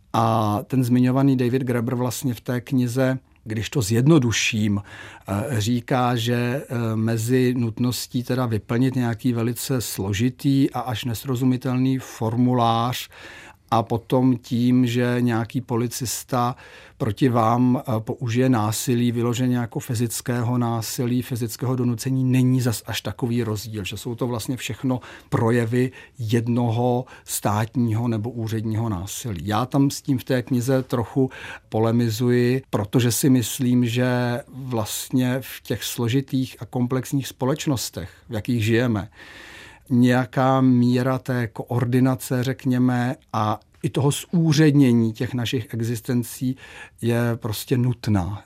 a ten zmiňovaný David Graeber vlastně v té knize, když to zjednoduším, říká, že mezi nutností teda vyplnit nějaký velice složitý a až nesrozumitelný formulář a potom tím, že nějaký policista proti vám použije násilí, vyloženě jako fyzického násilí, fyzického donucení, není zas až takový rozdíl, že jsou to vlastně všechno projevy jednoho státního nebo úředního násilí. Já tam s tím v té knize trochu polemizuji, protože si myslím, že vlastně v těch složitých a komplexních společnostech, v jakých žijeme, nějaká míra té koordinace, řekněme, a i toho zúřednění těch našich existencí je prostě nutná.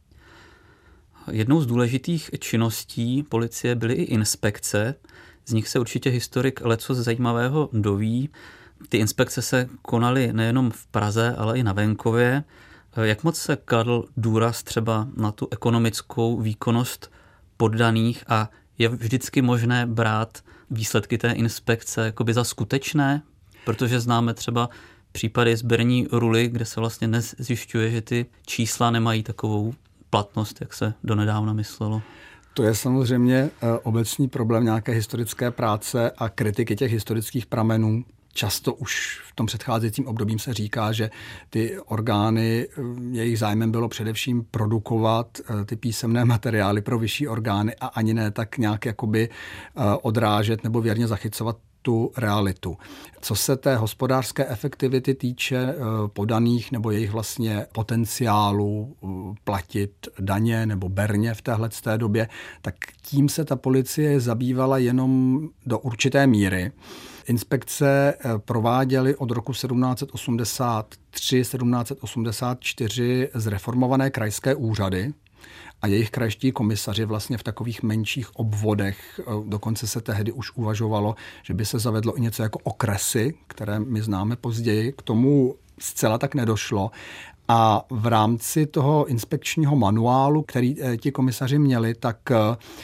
Jednou z důležitých činností policie byly i inspekce. Z nich se určitě historik lecos zajímavého doví. Ty inspekce se konaly nejenom v Praze, ale i na venkově. Jak moc se kladl důraz třeba na tu ekonomickou výkonnost poddaných a je vždycky možné brát výsledky té inspekce jakoby za skutečné? Protože známe třeba případy sběrní ruly, kde se vlastně nezjišťuje, že ty čísla nemají takovou platnost, jak se donedávna myslelo. To je samozřejmě obecný problém nějaké historické práce a kritiky těch historických pramenů. Často už v tom předcházejícím období se říká, že ty orgány, jejich zájmem bylo především produkovat ty písemné materiály pro vyšší orgány a ani ne tak nějak jakoby odrážet nebo věrně zachycovat tu realitu. Co se té hospodářské efektivity týče podaných nebo jejich vlastně potenciálu platit daně nebo berně v téhleté době, tak tím se ta policie zabývala jenom do určité míry. Inspekce prováděly od roku sedmnáct set osmdesát tři sedmnáct set osmdesát čtyři zreformované krajské úřady a jejich krajští komisaři vlastně v takových menších obvodech, dokonce se tehdy už uvažovalo, že by se zavedlo i něco jako okresy, které my známe později, k tomu zcela tak nedošlo. A v rámci toho inspekčního manuálu, který ti komisaři měli, tak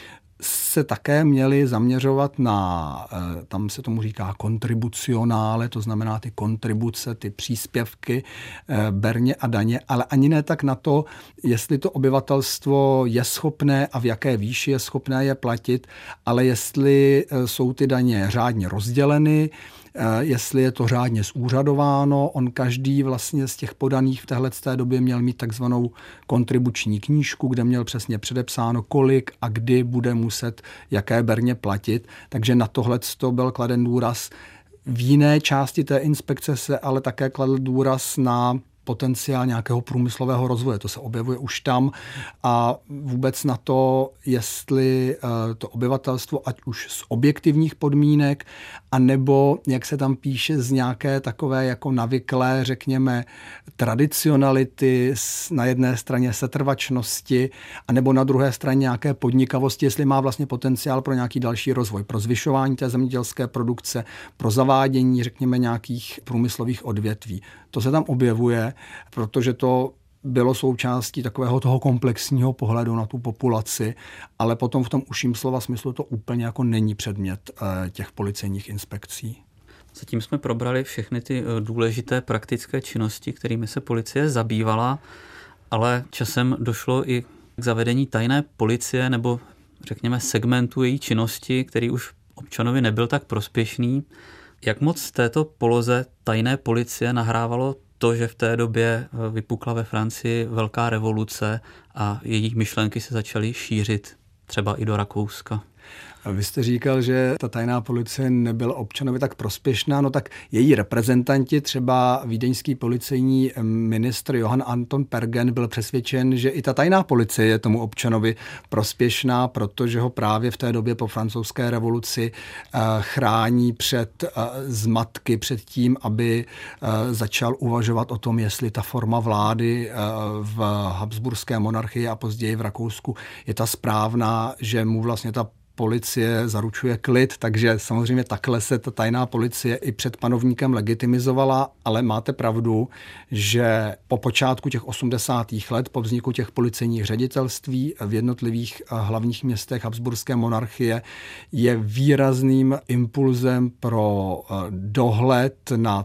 se také měli zaměřovat na, tam se tomu říká kontribucionále, to znamená ty kontribuce, ty příspěvky, berně a daně, ale ani ne tak na to, jestli to obyvatelstvo je schopné a v jaké výši je schopné je platit, ale jestli jsou ty daně řádně rozděleny, jestli je to řádně zúřadováno. On každý vlastně z těch podaných v téhleté době měl mít takzvanou kontribuční knížku, kde měl přesně předepsáno, kolik a kdy bude muset jaké berně platit. Takže na tohleto byl kladen důraz. V jiné části té inspekce se ale také kladl důraz na potenciál nějakého průmyslového rozvoje. To se objevuje už tam a vůbec na to, jestli to obyvatelstvo, ať už z objektivních podmínek, anebo, jak se tam píše, z nějaké takové jako navyklé, řekněme, tradicionality, na jedné straně setrvačnosti, anebo na druhé straně nějaké podnikavosti, jestli má vlastně potenciál pro nějaký další rozvoj, pro zvyšování té zemědělské produkce, pro zavádění, řekněme, nějakých průmyslových odvětví. To se tam objevuje, protože to bylo součástí takového toho komplexního pohledu na tu populaci, ale potom v tom užším slova smyslu to úplně jako není předmět těch policejních inspekcí. Zatím jsme probrali všechny ty důležité praktické činnosti, kterými se policie zabývala, ale časem došlo i k zavedení tajné policie nebo řekněme segmentu její činnosti, který už občanovi nebyl tak prospěšný. Jak moc této poloze tajné policie nahrávalo to, že v té době vypukla ve Francii velká revoluce a její myšlenky se začaly šířit třeba i do Rakouska? Vy jste říkal, že ta tajná policie nebyla občanovi tak prospěšná, no tak její reprezentanti, třeba vídeňský policejní ministr Johann Anton Pergen byl přesvědčen, že i ta tajná policie je tomu občanovi prospěšná, protože ho právě v té době po francouzské revoluci chrání před zmatky, před tím, aby začal uvažovat o tom, jestli ta forma vlády v habsburské monarchii a později v Rakousku je ta správná, že mu vlastně ta policie zaručuje klid, takže samozřejmě takhle se ta tajná policie i před panovníkem legitimizovala, ale máte pravdu, že po počátku těch osmdesátých let, po vzniku těch policejních ředitelství v jednotlivých hlavních městech habsburské monarchie je výrazným impulzem pro dohled nad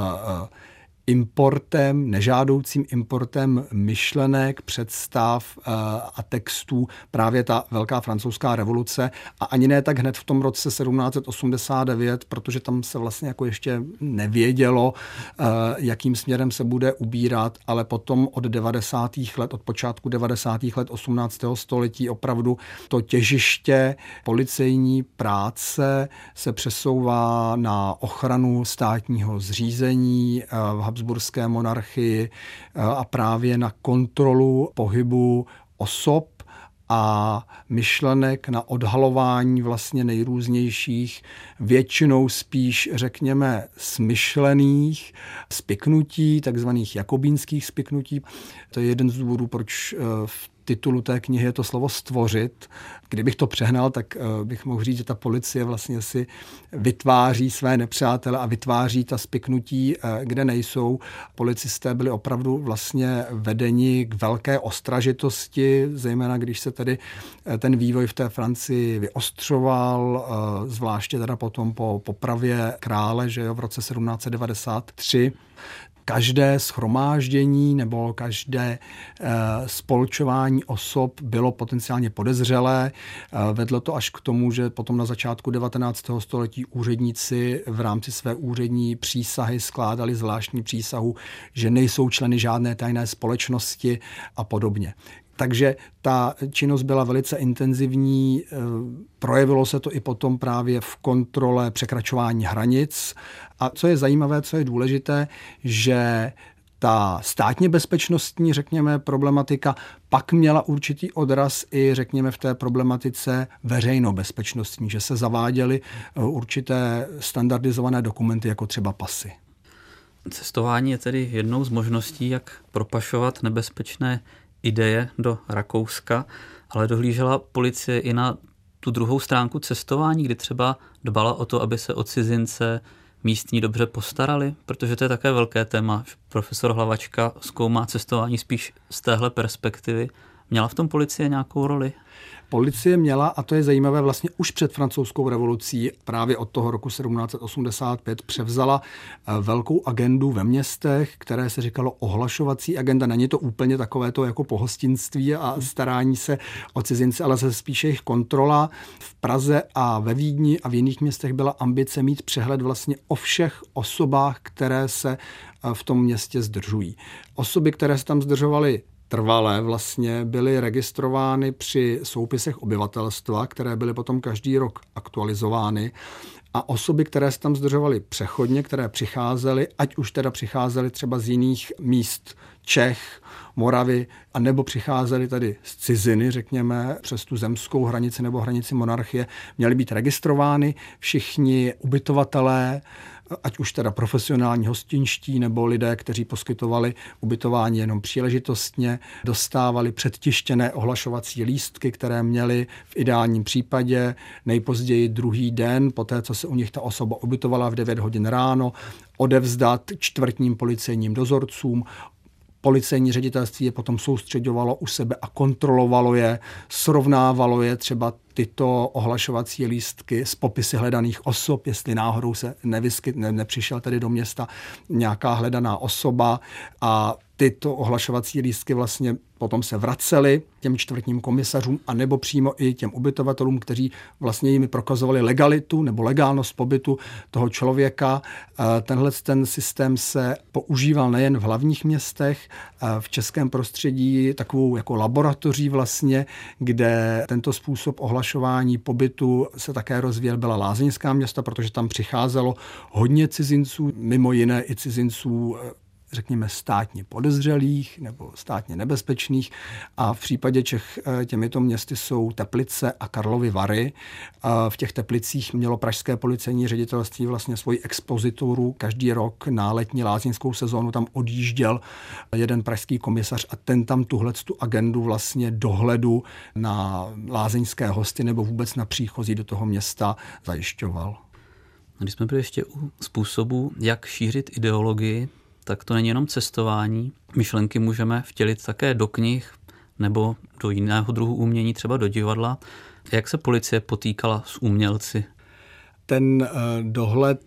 importem, nežádoucím importem myšlenek, představ a textů právě ta velká francouzská revoluce a ani ne tak hned v tom roce sedmnáct set osmdesát devět, protože tam se vlastně jako ještě nevědělo, jakým směrem se bude ubírat, ale potom od devadesátých let, od počátku devadesátých let osmnáctého století opravdu to těžiště policejní práce se přesouvá na ochranu státního zřízení v habsburské monarchii a právě na kontrolu pohybu osob a myšlenek, na odhalování vlastně nejrůznějších, většinou spíš, řekněme, smyšlených spiknutí, takzvaných jakobínských spiknutí. To je jeden z důvodů, proč v titulu té knihy je to slovo stvořit. Kdybych to přehnal, tak bych mohl říct, že ta policie vlastně si vytváří své nepřátele a vytváří ta spiknutí, kde nejsou. Policisté byli opravdu vlastně vedeni k velké ostražitosti, zejména když se tedy ten vývoj v té Francii vyostřoval, zvláště teda potom po popravě krále, že jo, v roce sedmnáct set devadesát tři. Každé shromáždění nebo každé spolčování osob bylo potenciálně podezřelé. Vedlo to až k tomu, že potom na začátku devatenáctého století úředníci v rámci své úřední přísahy skládali zvláštní přísahu, že nejsou členy žádné tajné společnosti a podobně. Takže ta činnost byla velice intenzivní, projevilo se to i potom právě v kontrole překračování hranic. A co je zajímavé, co je důležité, že ta státně bezpečnostní, řekněme, problematika pak měla určitý odraz i, řekněme, v té problematice veřejnobezpečnostní, že se zaváděly určité standardizované dokumenty, jako třeba pasy. Cestování je tedy jednou z možností, jak propašovat nebezpečné ideje do Rakouska, ale dohlížela policie i na tu druhou stránku cestování, kdy třeba dbala o to, aby se o cizince místní dobře postarali, protože to je také velké téma. Profesor Hlavačka zkoumá cestování spíš z téhle perspektivy Měla v tom policie nějakou roli? Policie měla, a to je zajímavé, vlastně už před francouzskou revolucí, právě od toho roku sedmnáct set osmdesát pět, převzala velkou agendu ve městech, které se říkalo ohlašovací agenda. Není to úplně takové to jako pohostinství a starání se o cizince, ale se spíše jejich kontrola. V Praze a ve Vídni a v jiných městech byla ambice mít přehled vlastně o všech osobách, které se v tom městě zdržují. Osoby, které se tam zdržovaly trvalé, vlastně byly registrovány při soupisech obyvatelstva, které byly potom každý rok aktualizovány, a osoby, které se tam zdržovaly přechodně, které přicházely, ať už teda přicházely třeba z jiných míst Čech, Moravy, a nebo přicházely tady z ciziny, řekněme, přes tu zemskou hranici nebo hranici monarchie, měly být registrovány. Všichni ubytovatelé, ať už teda profesionální hostinští nebo lidé, kteří poskytovali ubytování jenom příležitostně, dostávali předtištěné ohlašovací lístky, které měli v ideálním případě nejpozději druhý den, poté co se u nich ta osoba ubytovala v devět hodin ráno, odevzdat čtvrtním policejním dozorcům. Policejní ředitelství je potom soustředovalo u sebe a kontrolovalo je, srovnávalo je třeba tyto ohlašovací lístky s popisy hledaných osob, jestli náhodou se nevyskyt, ne, nepřišel tedy do města nějaká hledaná osoba, a tyto ohlašovací lístky vlastně potom se vracely těm čtvrtním komisařům a nebo přímo i těm ubytovatelům, kteří vlastně jimi prokazovali legalitu nebo legálnost pobytu toho člověka. Tenhle ten systém se používal nejen v hlavních městech, v českém prostředí takovou jako laboratoří vlastně, kde tento způsob ohlašování pobytu se také rozvíjel, byla lázeňská města, protože tam přicházelo hodně cizinců, mimo jiné i cizinců, řekněme, státně podezřelých nebo státně nebezpečných, a v případě Čech těmito městy jsou Teplice a Karlovy Vary. V těch Teplicích mělo pražské policejní ředitelství vlastně svoji expozituru. Každý rok na letní lázeňskou sezónu tam odjížděl jeden pražský komisař a ten tam tuhletu agendu vlastně dohledu na lázeňské hosty nebo vůbec na příchozí do toho města zajišťoval. Když jsme byli ještě u způsobu, jak šířit ideologii, tak to není jenom cestování. Myšlenky můžeme vtělit také do knih nebo do jiného druhu umění, třeba do divadla. Jak se policie potýkala s umělci? Ten dohled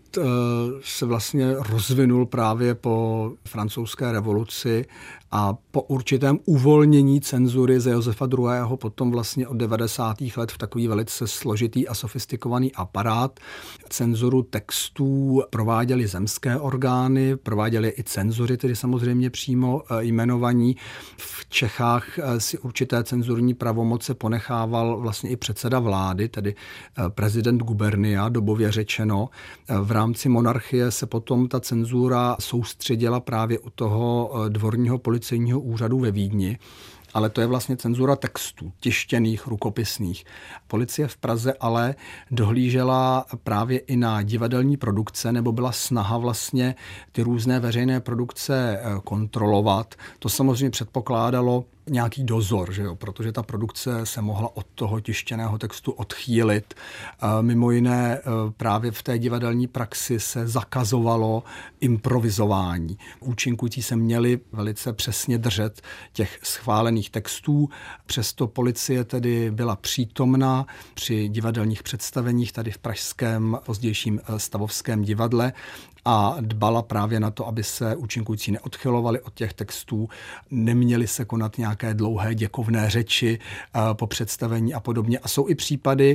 se vlastně rozvinul právě po francouzské revoluci a po určitém uvolnění cenzury za Josefa druhého. Potom vlastně od devadesátých let v takový velice složitý a sofistikovaný aparát. Cenzuru textů prováděly zemské orgány, prováděly i cenzoři, tedy samozřejmě přímo jmenovaní. V Čechách si určité cenzurní pravomoce ponechával vlastně i předseda vlády, tedy prezident gubernia, dobově řečeno. V rámci monarchie se potom ta cenzura soustředila právě u toho dvorního policejního úřadu ve Vídni, ale to je vlastně cenzura textů, tištěných, rukopisných. Policie v Praze ale dohlížela právě i na divadelní produkce, nebo byla snaha vlastně ty různé veřejné produkce kontrolovat. To samozřejmě předpokládalo nějaký dozor, že jo? Protože ta produkce se mohla od toho tištěného textu odchýlit. Mimo jiné právě v té divadelní praxi se zakazovalo improvizování. Účinkující se měli velice přesně držet těch schválených textů. Přesto policie tedy byla přítomna při divadelních představeních tady v pražském pozdějším Stavovském divadle a dbala právě na to, aby se účinkující neodchylovali od těch textů, neměli se konat nějaké dlouhé děkovné řeči po představení a podobně. A jsou i případy,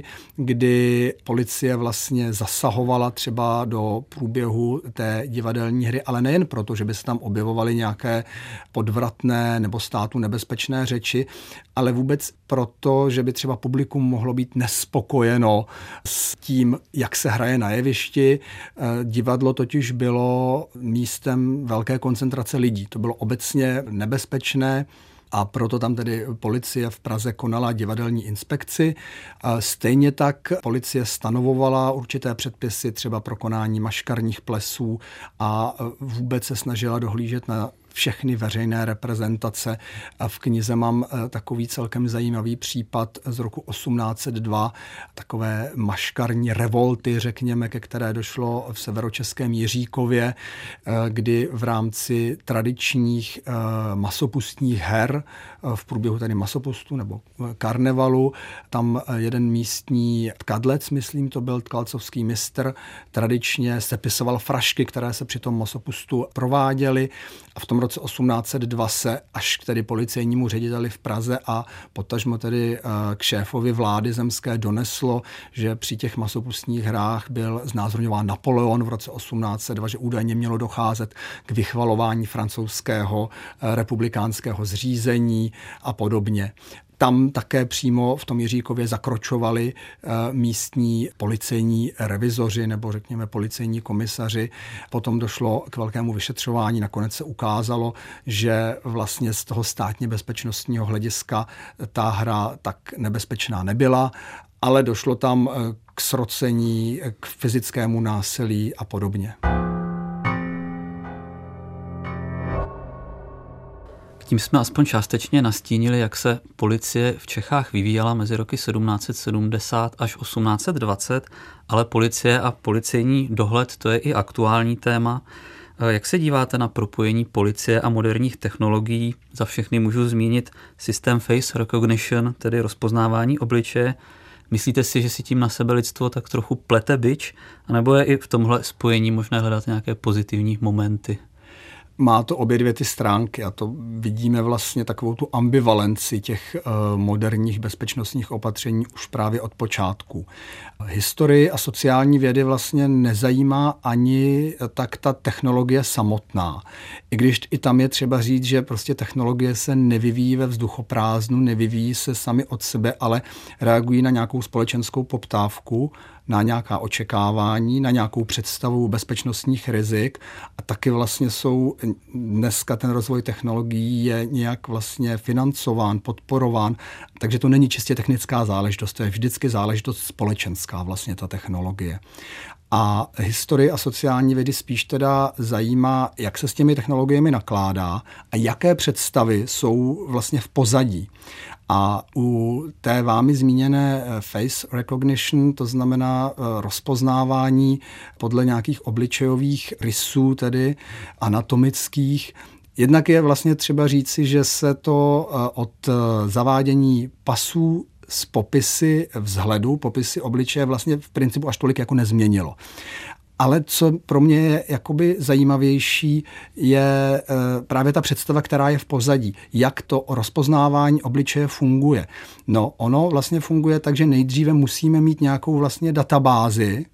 kdy policie vlastně zasahovala třeba do průběhu té divadelní hry, ale nejen proto, že by se tam objevovaly nějaké podvratné nebo státu nebezpečné řeči, ale vůbec proto, že by třeba publikum mohlo být nespokojeno s tím, jak se hraje na jevišti. Divadlo totiž bylo místem velké koncentrace lidí. To bylo obecně nebezpečné a proto tam tedy policie v Praze konala divadelní inspekci. Stejně tak policie stanovovala určité předpisy třeba pro konání maškarních plesů a vůbec se snažila dohlížet na všechny veřejné reprezentace. A v knize mám takový celkem zajímavý případ z roku osmnáct set dva, takové maškarní revolty, řekněme, ke které došlo v severočeském Jiříkově, kdy v rámci tradičních masopustních her v průběhu tady masopustu nebo karnevalu, tam jeden místní tkadlec, myslím, to byl tkalcovský mistr, tradičně sepisoval frašky, které se při tom masopustu prováděly, a v tom roce osmnáct set dva se až k tedy policejnímu řediteli v Praze a potažmo tedy k šéfovi vlády zemské doneslo, že při těch masopustních hrách byl znázorňován Napoleon v roce osmnáct set dva, že údajně mělo docházet k vychvalování francouzského republikánského zřízení a podobně. Tam také přímo v tom Jiříkově zakročovali místní policejní revizoři nebo řekněme policejní komisaři. Potom došlo k velkému vyšetřování. Nakonec se ukázalo, že vlastně z toho státně bezpečnostního hlediska ta hra tak nebezpečná nebyla, ale došlo tam k srocení, k fyzickému násilí a podobně. Tím jsme aspoň částečně nastínili, jak se policie v Čechách vyvíjela mezi roky sedmnáct set sedmdesát až osmnáct set dvacet, ale policie a policejní dohled, to je i aktuální téma. Jak se díváte na propojení policie a moderních technologií? Za všechny můžu zmínit systém face recognition, tedy rozpoznávání obličeje. Myslíte si, že si tím na sebe lidstvo tak trochu plete bič? A nebo je i v tomhle spojení možné hledat nějaké pozitivní momenty? Má to obě dvě ty stránky a to vidíme vlastně takovou tu ambivalenci těch uh, moderních bezpečnostních opatření už právě od počátku. Historii a sociální vědy vlastně nezajímá ani tak ta technologie samotná. I když i tam je třeba říct, že prostě technologie se nevyvíjí ve vzduchoprázdnu, nevyvíjí se sami od sebe, ale reagují na nějakou společenskou poptávku, na nějaká očekávání, na nějakou představu bezpečnostních rizik a taky vlastně jsou dneska ten rozvoj technologií je nějak vlastně financován, podporován, takže to není čistě technická záležitost, to je vždycky záležitost společenská vlastně ta technologie. A historii a sociální vědy spíš teda zajímá, jak se s těmi technologiemi nakládá a jaké představy jsou vlastně v pozadí. A u té vámi zmíněné face recognition, to znamená rozpoznávání podle nějakých obličejových rysů, tedy anatomických, jednak je vlastně třeba říci, že se to od zavádění pasů s popisy vzhledu, popisy obličeje vlastně v principu až tolik jako nezměnilo. Ale co pro mě je jakoby zajímavější, je právě ta představa, která je v pozadí. Jak to rozpoznávání obličeje funguje. No, ono vlastně funguje tak, že nejdříve musíme mít nějakou vlastně databázi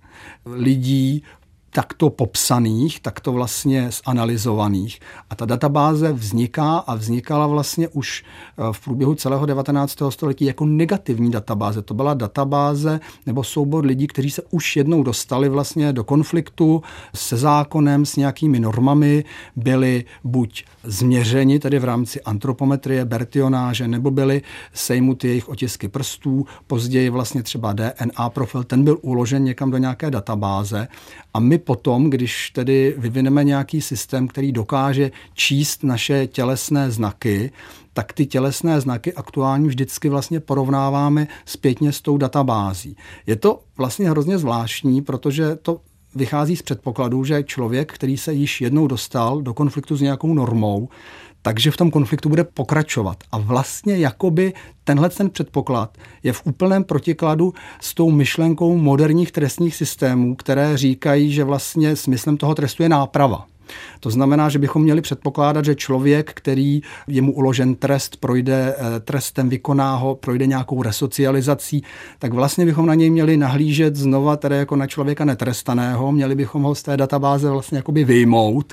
lidí, takto popsaných, takto vlastně zanalyzovaných. A ta databáze vzniká a vznikala vlastně už v průběhu celého devatenáctého století jako negativní databáze. To byla databáze nebo soubor lidí, kteří se už jednou dostali vlastně do konfliktu se zákonem, s nějakými normami, byli buď změřeni, tedy v rámci antropometrie, bertionáže, nebo byly sejmuty jejich otisky prstů, později vlastně třeba D N A profil, ten byl uložen někam do nějaké databáze a my potom, když tedy vyvineme nějaký systém, který dokáže číst naše tělesné znaky, tak ty tělesné znaky aktuálně vždycky vlastně porovnáváme zpětně s tou databází. Je to vlastně hrozně zvláštní, protože to vychází z předpokladu, že člověk, který se již jednou dostal do konfliktu s nějakou normou, takže v tom konfliktu bude pokračovat. A vlastně jakoby tenhle ten předpoklad je v úplném protikladu s tou myšlenkou moderních trestních systémů, které říkají, že vlastně smyslem toho trestu je náprava. To znamená, že bychom měli předpokládat, že člověk, který je mu uložen trest, projde trestem, vykoná ho, projde nějakou resocializací, tak vlastně bychom na něj měli nahlížet znova tedy jako na člověka netrestaného, měli bychom ho z té databáze vlastně jakoby vyjmout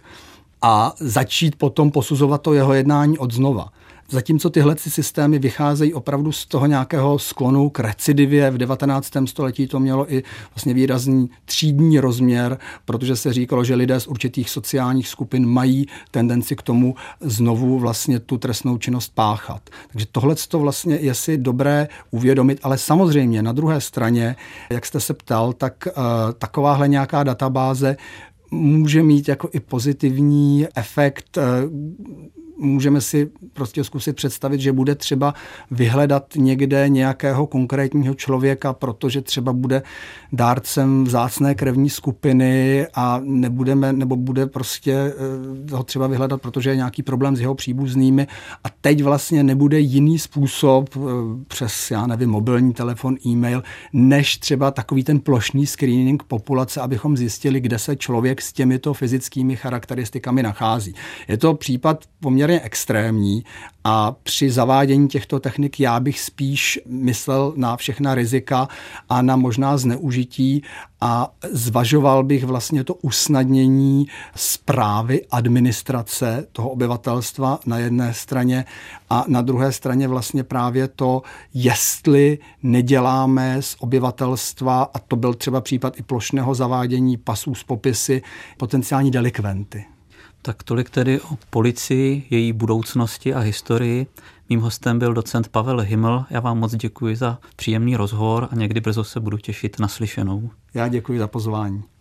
a začít potom posuzovat to jeho jednání od znova. Zatímco tyhle systémy vycházejí opravdu z toho nějakého sklonu k recidivě. V devatenáctém století to mělo i vlastně výrazný třídní rozměr, protože se říkalo, že lidé z určitých sociálních skupin mají tendenci k tomu znovu vlastně tu trestnou činnost páchat. Takže tohle to vlastně je si dobré uvědomit, ale samozřejmě na druhé straně, jak jste se ptal, tak uh, takováhle nějaká databáze může mít jako i pozitivní efekt. Můžeme si prostě zkusit představit, že bude třeba vyhledat někde nějakého konkrétního člověka, protože třeba bude dárcem vzácné krevní skupiny a nebudeme, nebo bude prostě ho třeba vyhledat, protože je nějaký problém s jeho příbuznými a teď vlastně nebude jiný způsob přes, já nevím, mobilní telefon, e-mail, než třeba takový ten plošný screening populace, abychom zjistili, kde se člověk s těmito fyzickými charakteristikami nachází. Je to případ poměrně extrémní a při zavádění těchto technik já bych spíš myslel na všechna rizika a na možná zneužití a zvažoval bych vlastně to usnadnění správy administrace toho obyvatelstva na jedné straně a na druhé straně vlastně právě to, jestli neděláme z obyvatelstva, a to byl třeba případ i plošného zavádění pasů s popisy, potenciální delikventy. Tak tolik tedy o policii, její budoucnosti a historii. Mým hostem byl docent Pavel Himl. Já vám moc děkuji za příjemný rozhovor a někdy brzo se budu těšit na slyšenou. Já děkuji za pozvání.